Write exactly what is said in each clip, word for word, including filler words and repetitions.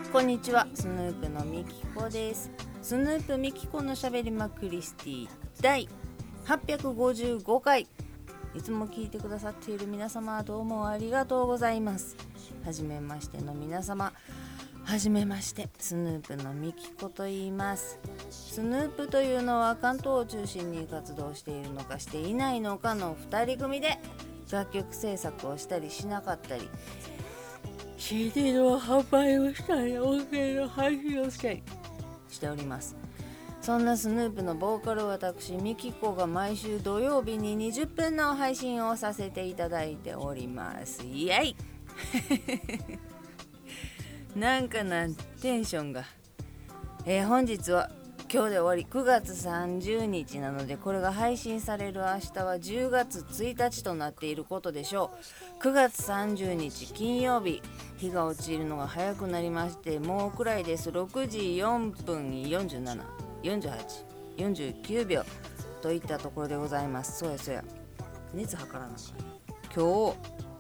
こんにちは、スヌープのみきこです。スヌープみきこのしゃべりまクリスティだいはっぴゃくごじゅうごかい。いつも聞いてくださっている皆様、どうもありがとうございます。はじめましての皆様、はじめまして。スヌープのみきこと言います。スヌープというのは関東を中心に活動しているのかしていないのかのふたり組で楽曲制作をしたりしなかったり、シーディー の販売をしたり、音声の配信をしたりしております。そんなスヌープのボーカル私みきこが毎週土曜日ににじゅっぷんの配信をさせていただいております。イエイなんかなテンションが、えー、本日は今日で終わりくがつさんじゅうにちなので、これが配信される明日はじゅうがつついたちとなっていることでしょう。くがつさんじゅうにち金曜日、日が落ちるのが早くなりまして、もうくらいです。ろくじよんぷんよんじゅうなな、よんじゅうはち、よんじゅうきゅうびょうといったところでございます。そうやそうや、熱測らなあかん。今日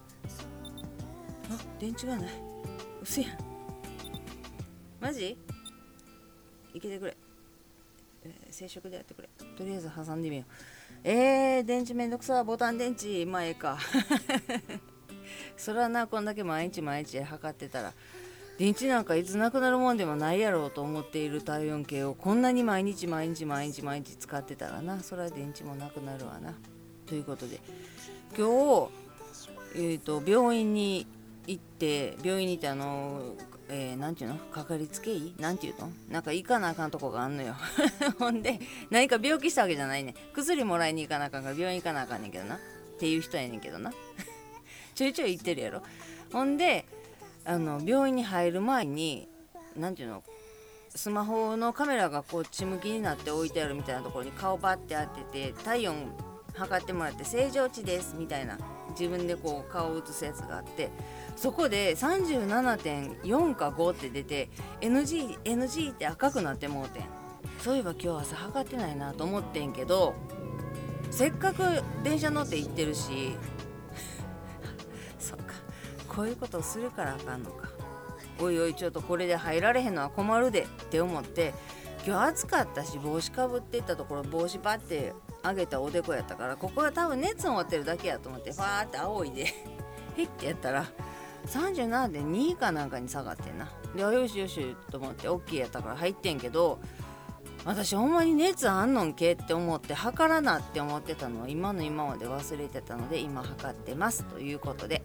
あ電池がない。うせやん、マジいけてくれ、えー、静粛でやってくれ。とりあえず挟んでみよう。えー、電池めんどくさ。ボタン電池まあええかそれはな、こんだけ毎日毎日測ってたら電池なんかいつなくなるもんでもないやろうと思っている体温計をこんなに毎日毎日毎日毎日使ってたらな、それは電池もなくなるわな。ということで今日、えーと、病院に行って、病院に行ってあのえー、なんていうの、かかりつけ医なんていうの、なんか行かなあかんとこがあんのよほんで何か病気したわけじゃないね。薬もらいに行かなあかんから病院行かなあかんねんけどなっていう人やねんけどなちょいちょい行ってるやろ。ほんであの病院に入る前に、なんていうの、スマホのカメラがこっち向きになって置いてあるみたいなところに顔バッて当てて、体温測ってもらって正常値ですみたいな、自分でこう顔を映すやつがあって、そこで さんじゅうななてんよん かごって出て エヌジー, エヌジー って赤くなってもうてん。そういえば今日朝測ってないなと思ってんけど、せっかく電車乗って行ってるしそっか、こういうことをするからあかんのか。おいおい、ちょっとこれで入られへんのは困るでって思って、今日暑かったし帽子かぶっていったところ、帽子パッて上げたおでこやったから、ここは多分熱を持ってるだけやと思ってファーって仰いでへってやったら さんじゅうななてんに かなんかに下がってんな。でよしよしと思って OK やったから入ってんけど、私ほんまに熱あんのんけって思って測らなって思ってたのを今の今まで忘れてたので、今測ってますということで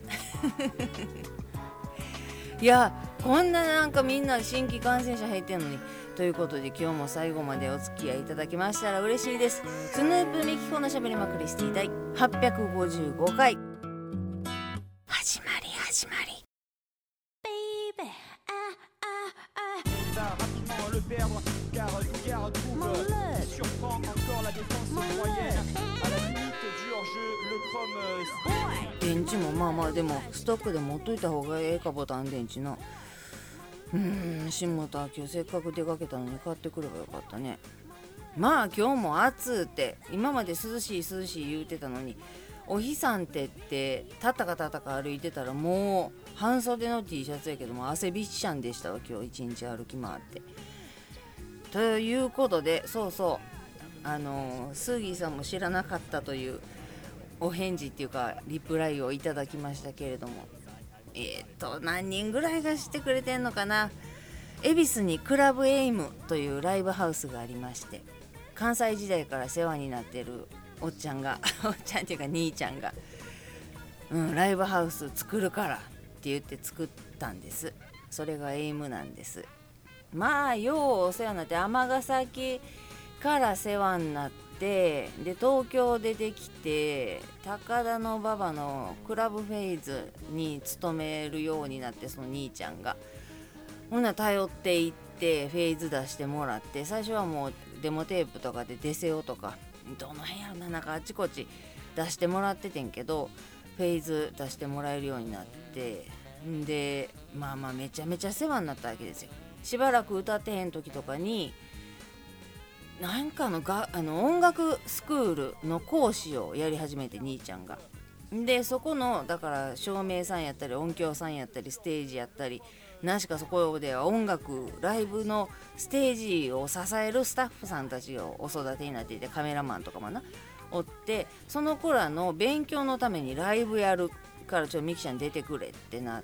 いや、こんななんかみんな新規感染者減ってんのに。ということで今日も最後までお付き合いいただきましたら嬉しいです。スヌープみきこのしゃべりまクリスティだいはっぴゃくごじゅうごかい、始まり始まり。電池もまあまあ、でもストックで持っといた方がええか、ボタン電池な。うーん、新本明夫せっかく出かけたのに買ってくればよかったね。まあ今日も暑って、今まで涼しい涼しい言うてたのに、お日さんてってたったかたったか歩いてたら、もう半袖の T シャツやけども汗びっしゃんでしたわ、今日一日歩き回って。ということで、そうそう、あのー、スーギーさんも知らなかったというお返事っていうかリプライをいただきましたけれども、えー、っと何人ぐらいが知ってくれてんのかな。恵比寿にクラブエイムというライブハウスがありまして、関西時代から世話になってるおっちゃんがおっちゃんっていうか兄ちゃんが、うん、ライブハウス作るからって言って作ったんです。それがエイムなんです。まあようお世話になって、尼崎から世話になって、で東京出てきて高田の馬場のクラブフェイズに勤めるようになって、その兄ちゃんがほんな頼っていってフェイズ出してもらって、最初はもうデモテープとかでデセオとかどの辺やろな、なんかあちこち出してもらっててんけど、フェイズ出してもらえるようになって、んでまあまあめちゃめちゃ世話になったわけですよ。しばらく歌ってへん時とかになんかのがあの音楽スクールの講師をやり始めて、兄ちゃんが。でそこのだから照明さんやったり音響さんやったりステージやったりなしかそこでは音楽ライブのステージを支えるスタッフさんたちをお育てになっていて、カメラマンとかもなおって、その子らの勉強のためにライブやるからちょっとミキちゃん出てくれってなって、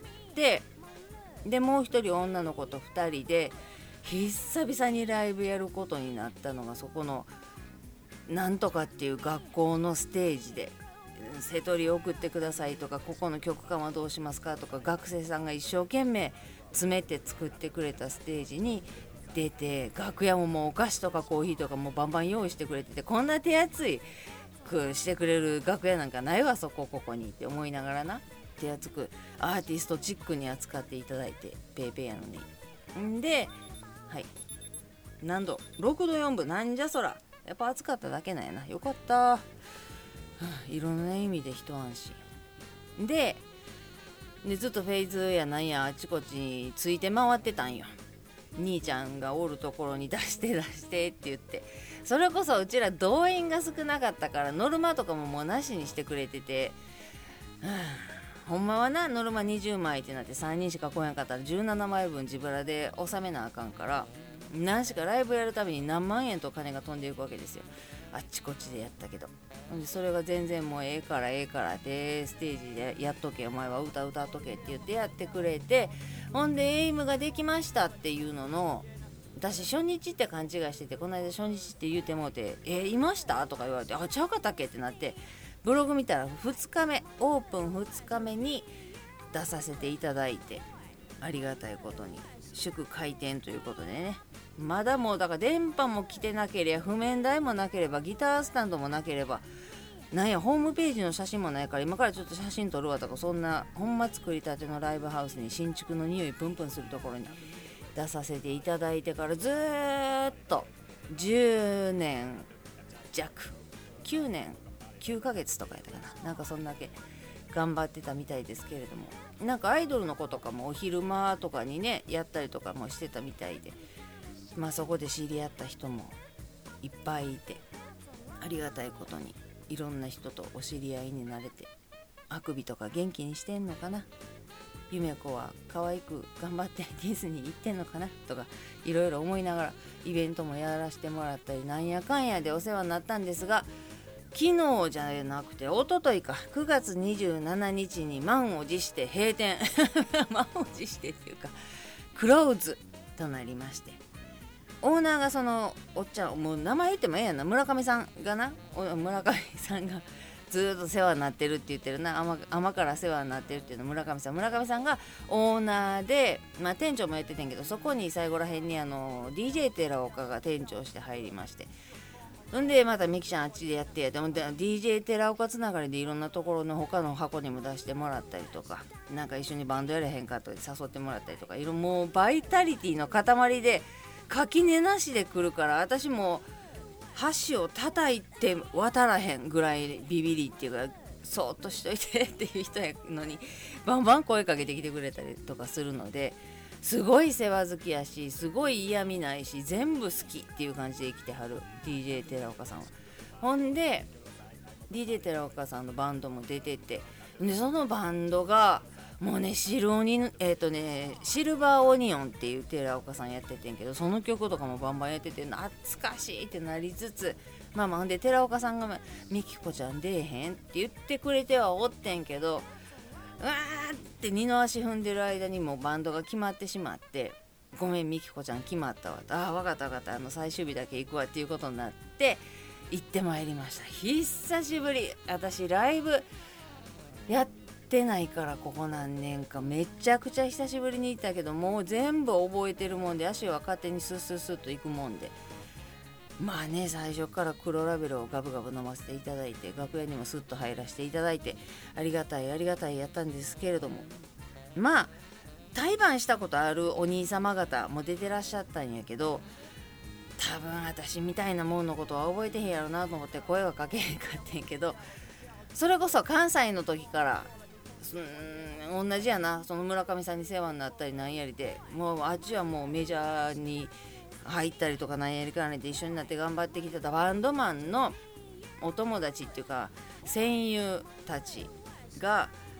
でもう一人女の子とふたりで久々にライブやることになったのが、そこのなんとかっていう学校のステージで、瀬戸り送ってくださいとか、ここの曲感はどうしますかとか、学生さんが一生懸命詰めて作ってくれたステージに出て、楽屋ももうお菓子とかコーヒーとかもバンバン用意してくれてて、こんな手厚いくしてくれる楽屋なんかないわ、そこここにって思いながらな、手厚くアーティストチックに扱っていただいて、ペイペイやのに。んで、はい、何度ろくどよんぶ、なんじゃそら、やっぱ暑かっただけなんやな、よかった、はあ、いろんな意味で一安心で、でずっとフェイズやなんやあちこちについて回ってたんよ。兄ちゃんがおるところに出して出してって言って、それこそうちら動員が少なかったからノルマとかももうなしにしてくれてて、はあ、ほんまはなノルマにじゅうまいってなってさんにんしか来やんかったらじゅうななまいぶん自腹で納めなあかんから、何しかライブやるたびに何万円と金が飛んでいくわけですよ。あっちこっちでやったけど、でそれが全然もうええからええからでステージでやっとけ、お前は歌歌っとけって言ってやってくれて、ほんでエイムができましたっていうのの、私初日って勘違いしてて、この間初日って言うてもうて、えいましたとか言われて、あちゃうかったっけってなって、ブログ見たらふつかめ、オープンふつかめに出させていただいて、ありがたいことに祝開店ということでね、まだもうだから電波も来てなければ、譜面台もなければ、ギタースタンドもなければ、なんやホームページの写真もないから、今からちょっと写真撮るわとか、そんなほんま作りたてのライブハウスに新築の匂いプンプンするところに出させていただいてからずーっとじゅうねんじゃく、きゅうねんきゅうかげつとかやったかな、なんかそんだけ頑張ってたみたいですけれども、なんかアイドルの子とかもお昼間とかにねやったりとかもしてたみたいで、まあそこで知り合った人もいっぱいいて、ありがたいことにいろんな人とお知り合いになれて、あくびとか元気にしてんのかな、ゆめ子は可愛く頑張ってディズニー行ってんのかなとか、いろいろ思いながらイベントもやらせてもらったり、なんやかんやでお世話になったんですが、昨日じゃなくて一昨日か、くがつにじゅうしちにちに満を持して閉店満を持してっていうかクローズとなりまして、オーナーがそのおっちゃん、もう名前言ってもええやんな、村上さんがな、村上さんがずっと世話になってるって言ってるな、甘, 甘から世話になってるっていうの村上さん村上さんがオーナーで、まあ、店長もやっててんけど、そこに最後らへんにあの ディージェー 寺岡が店長して入りまして、んでまたミキちゃんあっちでやってやでも ディージェー 寺岡つながりでいろんなところの他の箱にも出してもらったりとか、なんか一緒にバンドやれへんかと誘ってもらったりとか、いろもうバイタリティの塊で垣根なしで来るから、私も橋を叩いて渡らへんぐらいビビリっていうか、そーっとしといてっていう人やのにバンバン声かけてきてくれたりとかするので、すごい世話好きやし、すごい嫌味ないし、全部好きっていう感じで生きてはる ディージェー 寺岡さんは。ほんで ディージェー 寺岡さんのバンドも出てて、でそのバンドがもうね、白鬼えっ、ー、とねシルバーオニオンっていう寺岡さんやっててんけど、その曲とかもバンバンやってて懐かしいってなりつつ、まあまあで寺岡さんがミキコちゃん出えへんって言ってくれてはおってんけど、うわーって二の足踏んでる間にもうバンドが決まってしまって、ごめんミキコちゃん決まったわ、ああ分かった分かった、あの最終日だけ行くわっていうことになって行ってまいりました。久しぶり、私ライブやってないから、ここ何年かめちゃくちゃ久しぶりに行ったけど、もう全部覚えてるもんで、足は勝手にスッスッスッと行くもんで、まあね、最初から黒ラベルをガブガブ飲ませていただいて、楽屋にもスッと入らせていただいて、ありがたいありがたいやったんですけれども、まあ対バンしたことあるお兄様方も出てらっしゃったんやけど、多分私みたいなもんのことは覚えてへんやろなと思って声はかけへんかってんけど、それこそ関西の時からうーん同じやな、その村上さんに世話になったりなんやりで、もうあっちはもうメジャーに入ったりとかなんやりかねて一緒になって頑張ってきてたバンドマンのお友達っていうか戦友たちが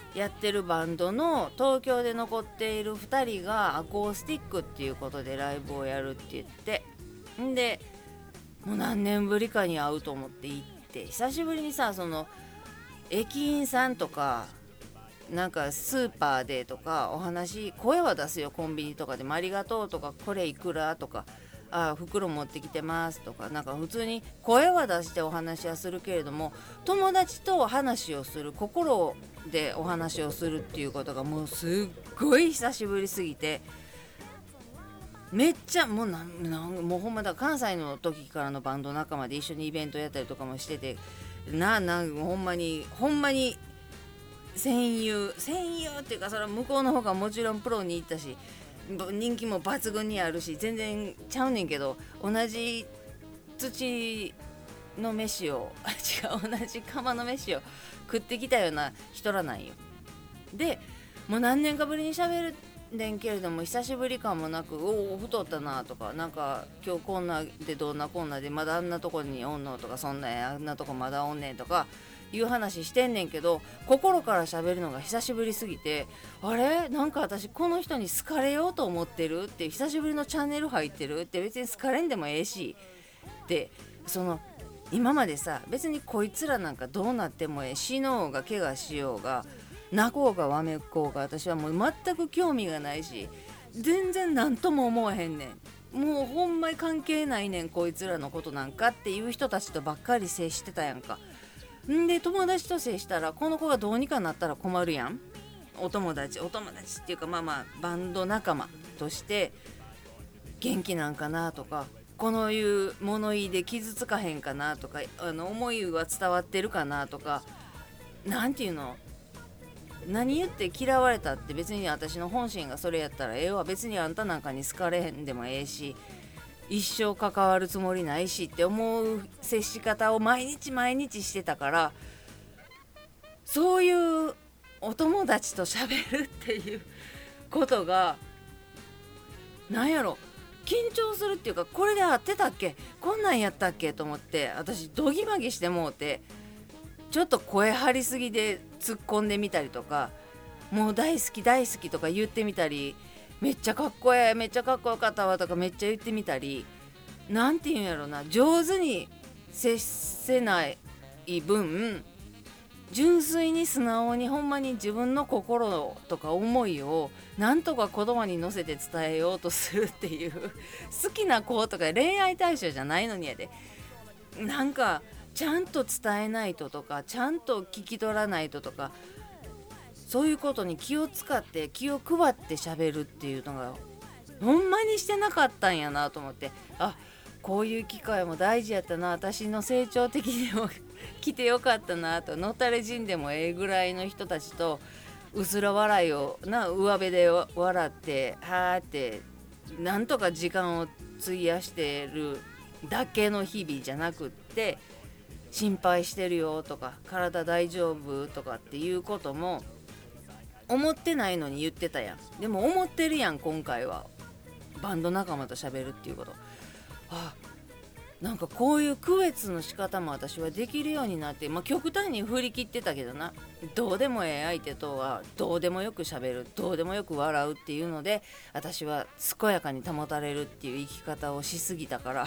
やってるバンドの東京で残っているふたりがアコースティックっていうことでライブをやるって言って、んでもう何年ぶりかに会うと思って行って、久しぶりにさ、その駅員さんとかなんかスーパーでとかお話、声は出すよ、コンビニとかでもありがとうとか、これいくらとか、あ袋持ってきてますとか、なんか普通に声は出してお話はするけれども、友達と話をする、心でお話をするっていうことがもうすっごい久しぶりすぎて、めっちゃもうなんなんもうほんまだ、関西の時からのバンド仲間で一緒にイベントやったりとかもしてて、ななんほんまにほんまに戦友戦友っていうか、それは向こうの方がもちろんプロに行ったし人気も抜群にあるし全然ちゃうねんけど、同じ土の飯を違う同じ釜の飯を食ってきたような人らなんよ。でもう何年かぶりに喋るねんけれども、久しぶり感もなく、おお太ったなとか、なんか今日こんなでどんなこんなでまだあんなとこにおんのとか、そんなあんなとこまだおんねんとかいう話してんねんけど、心から喋るのが久しぶりすぎて、あれなんか私この人に好かれようと思ってるって、久しぶりのチャンネル入ってるって、別に好かれんでもええしって、その今までさ、別にこいつらなんかどうなってもええ、死のうが怪我しようが泣こうがわめこうが、私はもう全く興味がないし、全然何とも思わへんねん。もうほんまに関係ないねんこいつらのことなんかっていう人たちとばっかり接してたやんか。んで友達と接したら、この子がどうにかなったら困るやん。お友達お友達っていうか、まあまあバンド仲間として元気なんかなとか、このいう物言いで傷つかへんかなとか、あの思いは伝わってるかなとか、なんていうの、何言って嫌われたって別に私の本心がそれやったらええわ、別にあんたなんかに好かれへんでもええし、一生関わるつもりないしって思う接し方を毎日毎日してたから、そういうお友達と喋るっていうことがなんやろ、緊張するっていうか、これで合ってたっけ、こんなんやったっけと思って、私ドギマギしてもうて、ちょっと声張りすぎで突っ込んでみたりとか、もう大好き大好きとか言ってみたり、めっちゃかっこええめっちゃかっこよかったわとかめっちゃ言ってみたり、なんていうんやろな、上手に接せない分、純粋に素直にほんまに自分の心とか思いをなんとか言葉に乗せて伝えようとするっていう、好きな子とか恋愛対象じゃないのにやで、なんかちゃんと伝えないととか、ちゃんと聞き取らないととか、そういうことに気を使って気を配って喋るっていうのがほんまにしてなかったんやなと思って、あ、こういう機会も大事やったな、私の成長的にも来てよかったなと、のたれ死んでもええぐらいの人たちとうすら笑いをな上辺で笑ってはーってなんとか時間を費やしてるだけの日々じゃなくって、心配してるよとか体大丈夫とかっていうことも思ってないのに言ってたやん。でも思ってるやん、今回はバンド仲間と喋るっていうこと。あ、なんかこういう区別の仕方も私はできるようになって、まあ、極端に振り切ってたけどな、どうでもええ相手とはどうでもよく喋る、どうでもよく笑うっていうので私は健やかに保たれるっていう生き方をしすぎたから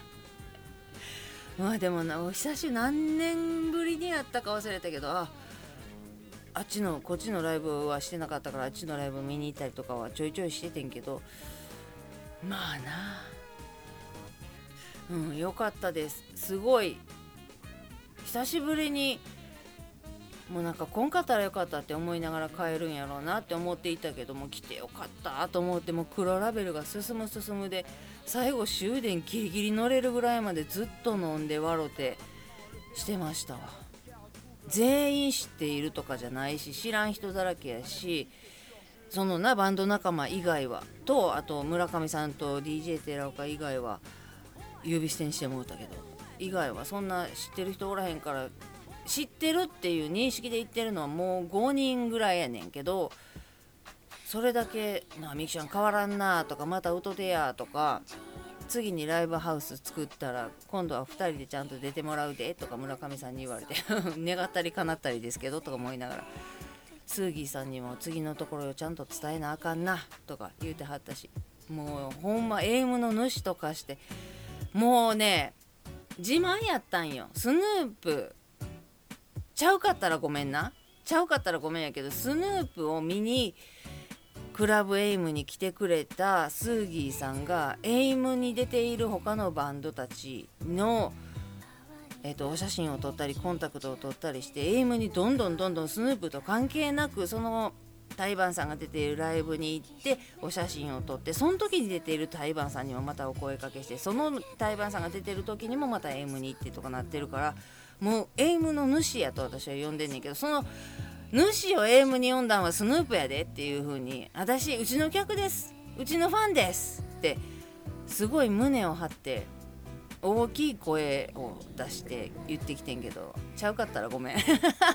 まあでもな、お久しぶり何年ぶりにやったか忘れたけど、ああっちのこっちのライブはしてなかったから、あっちのライブ見に行ったりとかはちょいちょいしててんけど、まあな、うん、よかったです。すごい久しぶりに、もうなんかこんかったらよかったって思いながら帰るんやろうなって思っていたけども、来てよかったと思って、もう黒ラベルが進む進むで、最後終電ギリギリ乗れるぐらいまでずっと飲んで笑ってしてましたわ。全員知っているとかじゃないし、知らん人だらけやし、そのなバンド仲間以外はと、あと村上さんと ディージェー 寺岡以外は呼び捨てにしてもうたけど、以外はそんな知ってる人おらへんから、知ってるっていう認識で言ってるのはもうごにんぐらいやねんけど、それだけな、ミキちゃん変わらんなとか、また歌てやとか、次にライブハウス作ったら今度はふたりでちゃんと出てもらうでとか村上さんに言われて願ったり叶ったりですけどとか思いながら、 スーギーさんにも次のところをちゃんと伝えなあかんなとか言うてはったし、もうほんまエイムの主とかして、もうね自慢やったんよ。スヌープちゃうかったらごめんなちゃうかったらごめんやけど、スヌープを見にクラブエイムに来てくれたスーギーさんがエイムに出ている他のバンドたちのえー、とお写真を撮ったりコンタクトを撮ったりして、エイムにどんどんどんどんスヌープと関係なくそのタイバンさんが出ているライブに行ってお写真を撮って、その時に出ているタイバンさんにもまたお声かけして、そのタイバンさんが出てる時にもまたエイムに行ってとかなってるから、もうエイムの主やと私は呼んでんねんけど、その主をエイムに呼んだんはスヌープやでっていう風に、私うちの客です、うちのファンですってすごい胸を張って大きい声を出して言ってきてんけど、ちゃうかったらごめん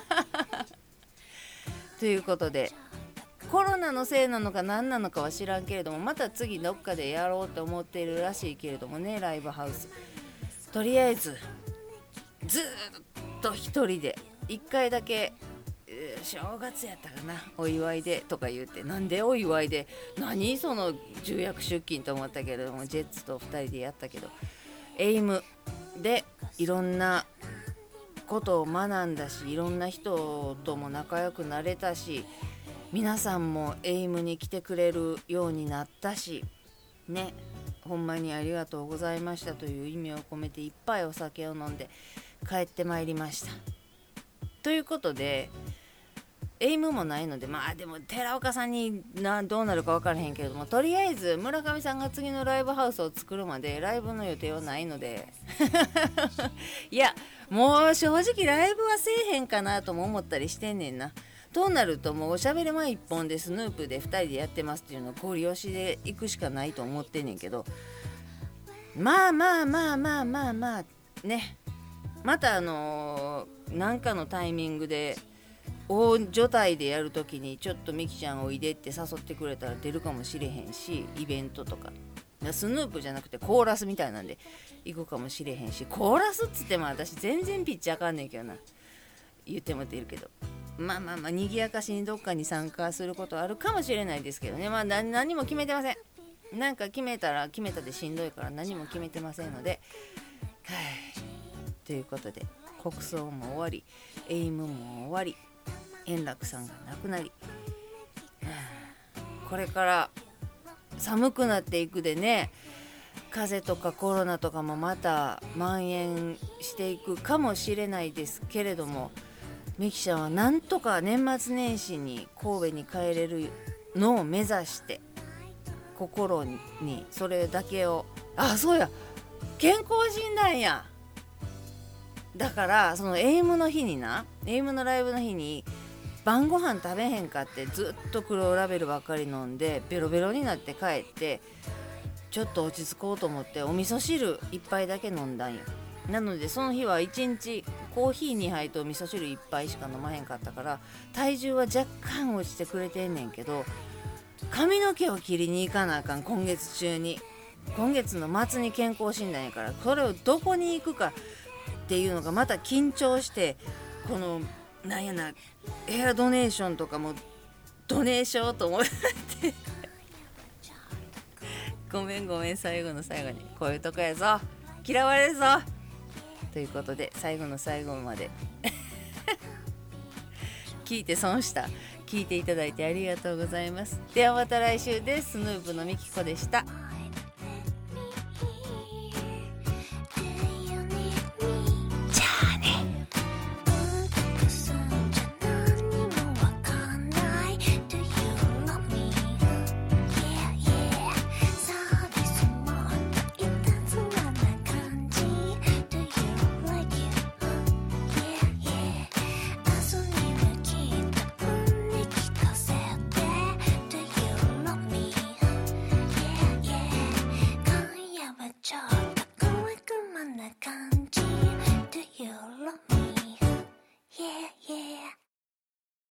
ということで、コロナのせいなのか何なのかは知らんけれども、また次どっかでやろうと思っているらしいけれどもね、ライブハウス。とりあえずずっと一人でいっかいだけ正月やったかな、お祝いでとか言って、なんでお祝いで何その重役出勤と思ったけれども、ジェッツとふたりでやったけど、エイムでいろんなことを学んだし、いろんな人とも仲良くなれたし、皆さんもエイムに来てくれるようになったしね、ほんまにありがとうございましたという意味を込めていっぱいお酒を飲んで帰ってまいりました。ということでエイムもないので、まあでも寺岡さんになどうなるか分からへんけれども、とりあえず村上さんが次のライブハウスを作るまでライブの予定はないのでいやもう正直ライブはせえへんかなとも思ったりしてんねんな。となるともうおしゃべり前一本でスヌープでふたりでやってますっていうのをゴリ押しで行くしかないと思ってんねんけど、まあまあまあまあまあまあね、またあのー、なんかのタイミングで大所帯でやるときにちょっとミキちゃんおいでって誘ってくれたら出るかもしれへんし、イベントとかスヌープじゃなくてコーラスみたいなんで行くかもしれへんし、コーラスっつっても私全然ピッチあかんねんけどな、言っても出るけど、まあまあまあ賑やかしにどっかに参加することあるかもしれないですけどね、まあ何、何も決めてません。なんか決めたら決めたでしんどいから何も決めてませんので、はいということで国葬も終わり、エイムも終わり、円楽さんが亡くなり、これから寒くなっていくでね、風邪とかコロナとかもまた蔓延していくかもしれないですけれども、ミキちゃんはなんとか年末年始に神戸に帰れるのを目指して心にそれだけを、あそうや健康診断や、だからそのエイムの日にな、エイムのライブの日に晩ご飯食べへんかってずっと黒ラベルばっかり飲んでベロベロになって帰って、ちょっと落ち着こうと思ってお味噌汁一杯だけ飲んだんよ。なのでその日はいちにちコーヒーにはいと味噌汁いっぱいしか飲まへんかったから、体重は若干落ちてくれてんねんけど、髪の毛を切りに行かなあかん、今月中に、今月の末に健康診断やから、それをどこに行くかっていうのがまた緊張して、このなんやなヘアドネーションとかもドネーションと思ってごめんごめん、最後の最後にこういうとこやぞ、嫌われるぞということで最後の最後まで聞いて損した、聞いていただいてありがとうございます。ではまた来週です。スヌープのみきこでした。